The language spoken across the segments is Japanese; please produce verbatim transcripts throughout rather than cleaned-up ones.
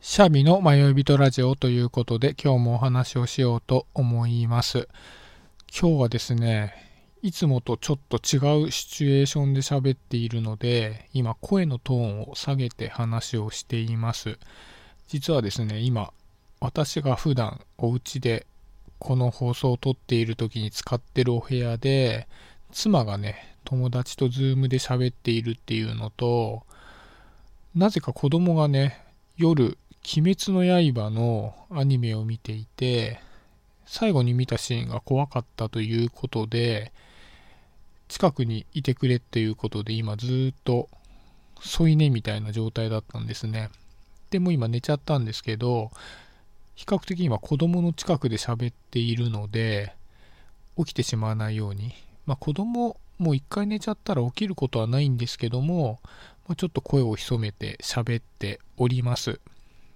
シャビの迷い人ラジオということで今日もお話をしようと思います。今日はですね、いつもとちょっと違うシチュエーションで喋っているので、今声のトーンを下げて話をしています。実はですね、今私が普段お家でこの放送を撮っている時に使ってるお部屋で、妻がね、友達とズームで喋っているっていうのと、なぜか子供がね、夜鬼滅の刃のアニメを見ていて、最後に見たシーンが怖かったということで、近くにいてくれっていうことで今ずーっと添い寝みたいな状態だったんですね。でも今寝ちゃったんですけど、比較的今子供の近くで喋っているので、起きてしまわないように、まあ子供もう一回寝ちゃったら起きることはないんですけども、まあ、ちょっと声を潜めて喋っております。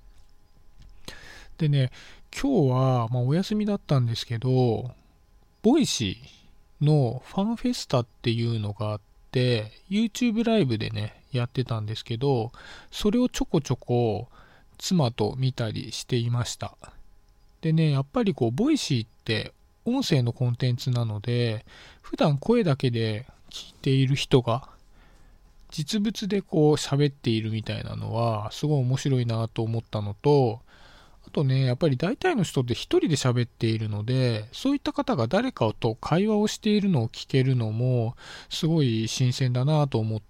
でね、今日はまあお休みだったんですけど、ボイシーのファンフェスタっていうのがあって、YouTube ライブでね、やってたんですけど、それをちょこちょこ妻と見たりしていました。でね、やっぱりこう、ボイシーって音声のコンテンツなので、普段声だけで聞いている人が、実物でこう喋っているみたいなのは、すごい面白いなと思ったのと、あとね、やっぱり大体の人って一人で喋っているので、そういった方が誰かと会話をしているのを聞けるのも、すごい新鮮だなと思って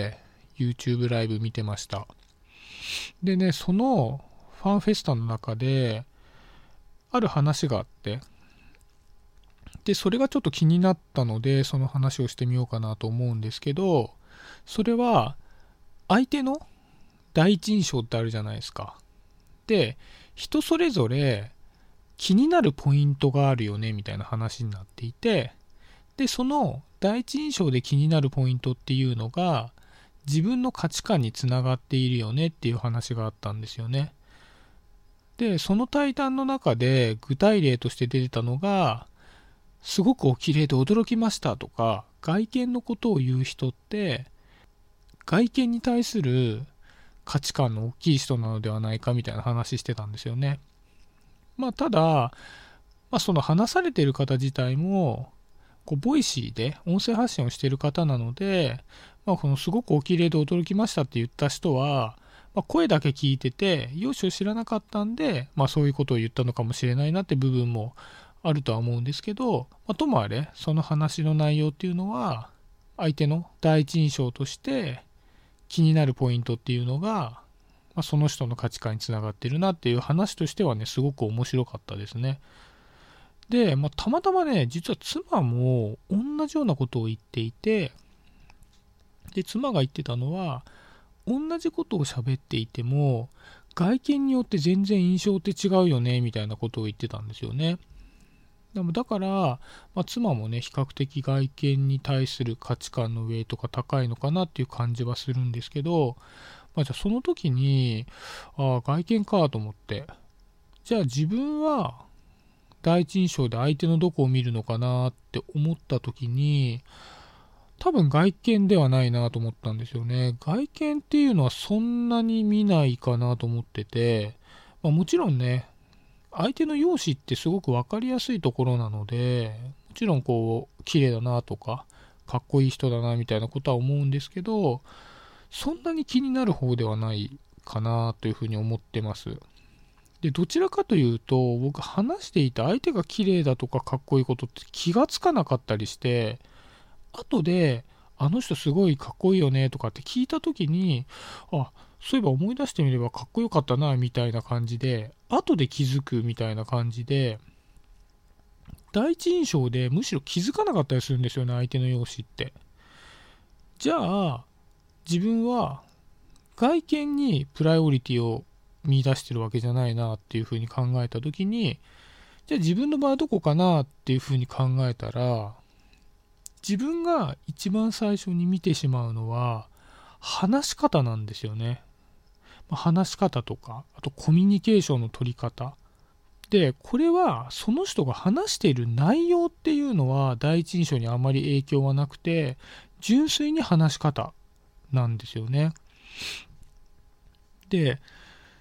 、YouTube ライブ見てました。でね、そのファンフェスタの中で、ある話があって、で、それがちょっと気になったので、その話をしてみようかなと思うんですけど、それは、相手の第一印象ってあるじゃないですか。で、人それぞれ気になるポイントがあるよねみたいな話になっていて、で、その第一印象で気になるポイントっていうのが自分の価値観につながっているよねっていう話があったんですよね。で、その対談の中で具体例として出てたのが、すごくお綺麗で驚きましたとか、外見のことを言う人って外見に対する価値観の大きい人なのではないかみたいな話してたんですよね。まあただ、まあ、その話されている方自体もこうボイシーで音声発信をしている方なので、まあ、このすごくお綺麗で驚きましたって言った人は、まあ、声だけ聞いてて容姿を知らなかったんで、まあ、そういうことを言ったのかもしれないなって部分もあるとは思うんですけど、まあ、ともあれその話の内容っていうのは相手の第一印象として気になるポイントっていうのが、まあ、その人の価値観につながってるなっていう話としてはね、すごく面白かったですね。で、まあ、たまたまね、実は妻も同じようなことを言っていて、で、妻が言ってたのは、同じことを喋っていても、外見によって全然印象って違うよね、みたいなことを言ってたんですよね。でもだから、まあ、妻もね、比較的外見に対する価値観のウェイトが高いのかなっていう感じはするんですけど、まあ、じゃあその時に、ああ、外見かと思って、じゃあ自分は第一印象で相手のどこを見るのかなって思った時に、多分外見ではないなと思ったんですよね。外見っていうのはそんなに見ないかなと思ってて、まあ、もちろんね、相手の容姿ってすごく分かりやすいところなので、もちろんこう、綺麗だなとか、かっこいい人だなみたいなことは思うんですけど、そんなに気になる方ではないかなというふうに思ってます。で、どちらかというと、僕話していた相手が綺麗だとかかっこいいことって気がつかなかったりして、後で、あの人すごいかっこいいよねとかって聞いた時に、あ、そういえば思い出してみればかっこよかったなみたいな感じで、後で気づくみたいな感じで、第一印象でむしろ気づかなかったりするんですよね、相手の容姿って。じゃあ、自分は外見にプライオリティを見出してるわけじゃないなっていうふうに考えた時に、じゃあ自分の場合はどこかなっていうふうに考えたら、自分が一番最初に見てしまうのは話し方なんですよね。話し方とか、あとコミュニケーションの取り方。で、これはその人が話している内容っていうのは第一印象にあまり影響はなくて、純粋に話し方なんですよね。で、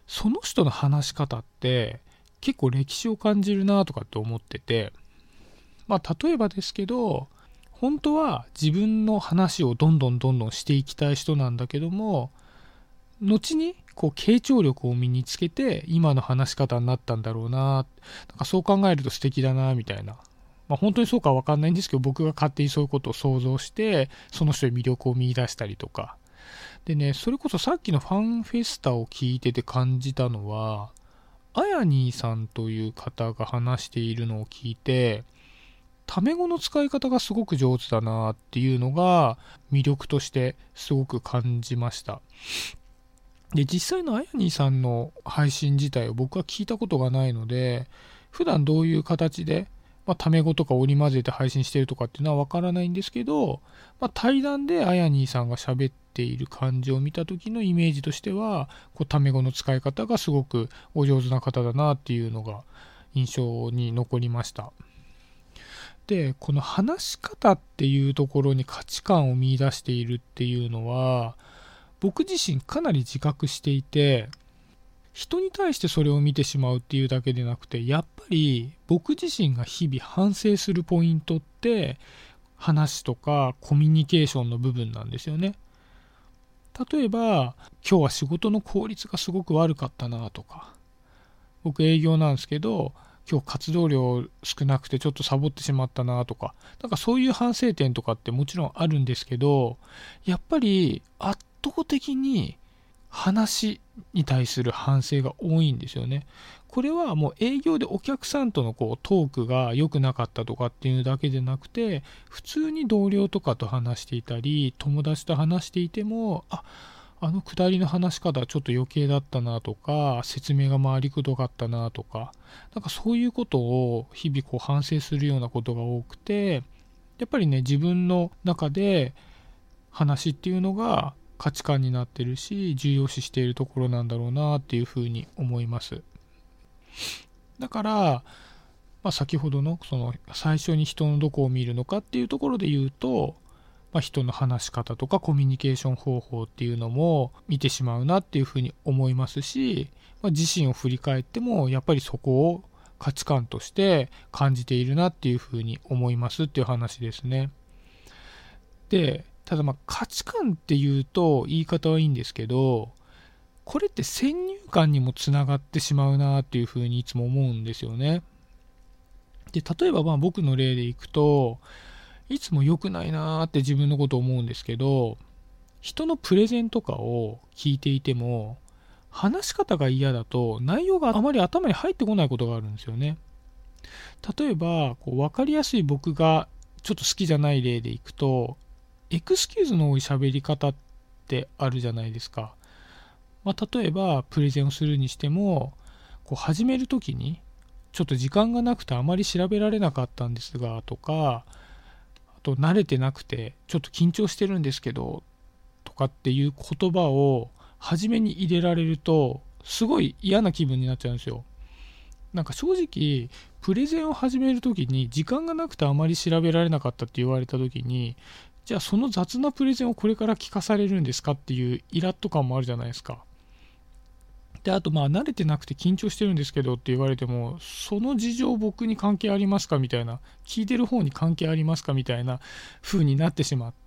その人の話し方って結構歴史を感じるなとかって思ってて、まあ例えばですけど、本当は自分の話をどんどんどんどんしていきたい人なんだけども、後にこう傾聴力を身につけて今の話し方になったんだろうな、なんかそう考えると素敵だなみたいな、まあ、本当にそうかは分かんないんですけど、僕が勝手にそういうことを想像してその人に魅力を見出したりとかでね、それこそさっきのファンフェスタを聞いてて感じたのは、あやにーさんという方が話しているのを聞いて、タメ語の使い方がすごく上手だなっていうのが魅力としてすごく感じました。で、実際のあやにーさんの配信自体を僕は聞いたことがないので、普段どういう形で、まあ、タメ語とか織り交ぜて配信してるとかっていうのはわからないんですけど、まあ、対談であやにーさんが喋っている感じを見た時のイメージとしては、こうタメ語の使い方がすごくお上手な方だなっていうのが印象に残りました。で、この話し方っていうところに価値観を見出しているっていうのは、僕自身かなり自覚していて、人に対してそれを見てしまうっていうだけでなくて、やっぱり僕自身が日々反省するポイントって話とかコミュニケーションの部分なんですよね。例えば今日は仕事の効率がすごく悪かったなとか、僕営業なんですけど今日活動量少なくてちょっとサボってしまったなとか、なんかそういう反省点とかってもちろんあるんですけど、やっぱり圧倒的に話に対する反省が多いんですよね。これはもう営業でお客さんとのこうトークが良くなかったとかっていうだけでなくて、普通に同僚とかと話していたり友達と話していても、ああの下りの話し方はちょっと余計だったなとか、説明が回りくどかったなとか、なんかそういうことを日々こう反省するようなことが多くて、やっぱりね、自分の中で話っていうのが価値観になってるし、重要視しているところなんだろうなっていうふうに思います。だから、まあ、先ほどのその最初に人のどこを見るのかっていうところで言うと、まあ、人の話し方とかコミュニケーション方法っていうのも見てしまうなっていうふうに思いますし、まあ、自身を振り返ってもやっぱりそこを価値観として感じているなっていうふうに思いますっていう話ですね。で、ただまあ価値観っていうと言い方はいいんですけど、これって先入観にもつながってしまうなっていうふうにいつも思うんですよね。で、例えばまあ僕の例でいくと、いつも良くないなーって自分のことを思うんですけど、人のプレゼンとかを聞いていても、話し方が嫌だと内容があまり頭に入ってこないことがあるんですよね。例えばこう分かりやすい僕がちょっと好きじゃない例でいくと、エクスキューズの多い喋り方ってあるじゃないですか。まあ、例えばプレゼンをするにしても、こう始めるときにちょっと時間がなくてあまり調べられなかったんですがとか、あと慣れてなくてちょっと緊張してるんですけどとかっていう言葉を初めに入れられるとすごい嫌な気分になっちゃうんですよ。なんか正直プレゼンを始めるときに時間がなくてあまり調べられなかったって言われたときに、じゃあその雑なプレゼンをこれから聞かされるんですかっていうイラッと感もあるじゃないですか。で、あとまあ慣れてなくて緊張してるんですけどって言われても、その事情僕に関係ありますかみたいな、聞いてる方に関係ありますかみたいな風になってしまって、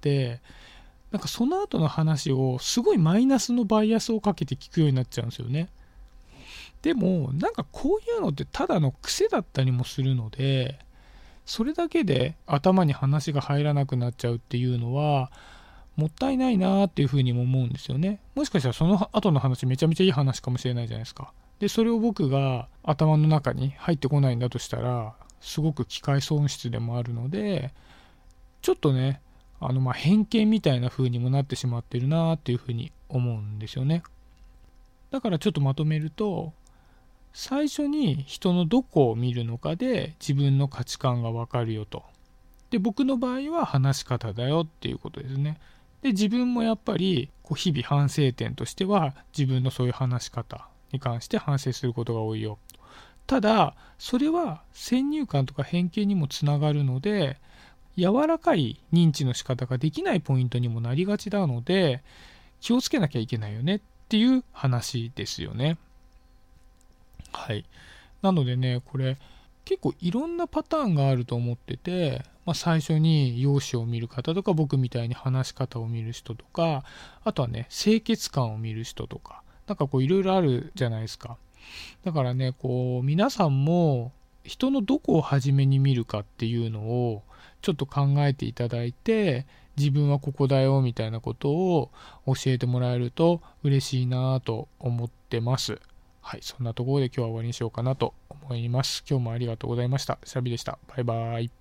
なんかその後の話をすごいマイナスのバイアスをかけて聞くようになっちゃうんですよね。でもなんかこういうのってただの癖だったりもするので、それだけで頭に話が入らなくなっちゃうっていうのはもったいないなーっていうふうにも思うんですよね。もしかしたらその後の話めちゃめちゃいい話かもしれないじゃないですか。で、それを僕が頭の中に入ってこないんだとしたらすごく機会損失でもあるので、ちょっとね、あのまあ偏見みたいな風にもなってしまってるなーっていうふうに思うんですよね。だからちょっとまとめると、最初に人のどこを見るのかで自分の価値観がわかるよと。で、僕の場合は話し方だよっていうことですね。で、自分もやっぱりこう日々反省点としては自分のそういう話し方に関して反省することが多いよ。ただ、それは先入観とか偏見にもつながるので、柔らかい認知の仕方ができないポイントにもなりがちなので、気をつけなきゃいけないよねっていう話ですよね。 はい。なのでね、これ結構いろんなパターンがあると思ってて、まあ、最初に容姿を見る方とか、僕みたいに話し方を見る人とか、あとはね、清潔感を見る人とか、なんかこういろいろあるじゃないですか。だからね、こう皆さんも人のどこを初めに見るかっていうのをちょっと考えていただいて、自分はここだよみたいなことを教えてもらえると嬉しいなと思ってます。はい、そんなところで今日は終わりにしようかなと思います。今日もありがとうございました。シャビでした。バイバイ。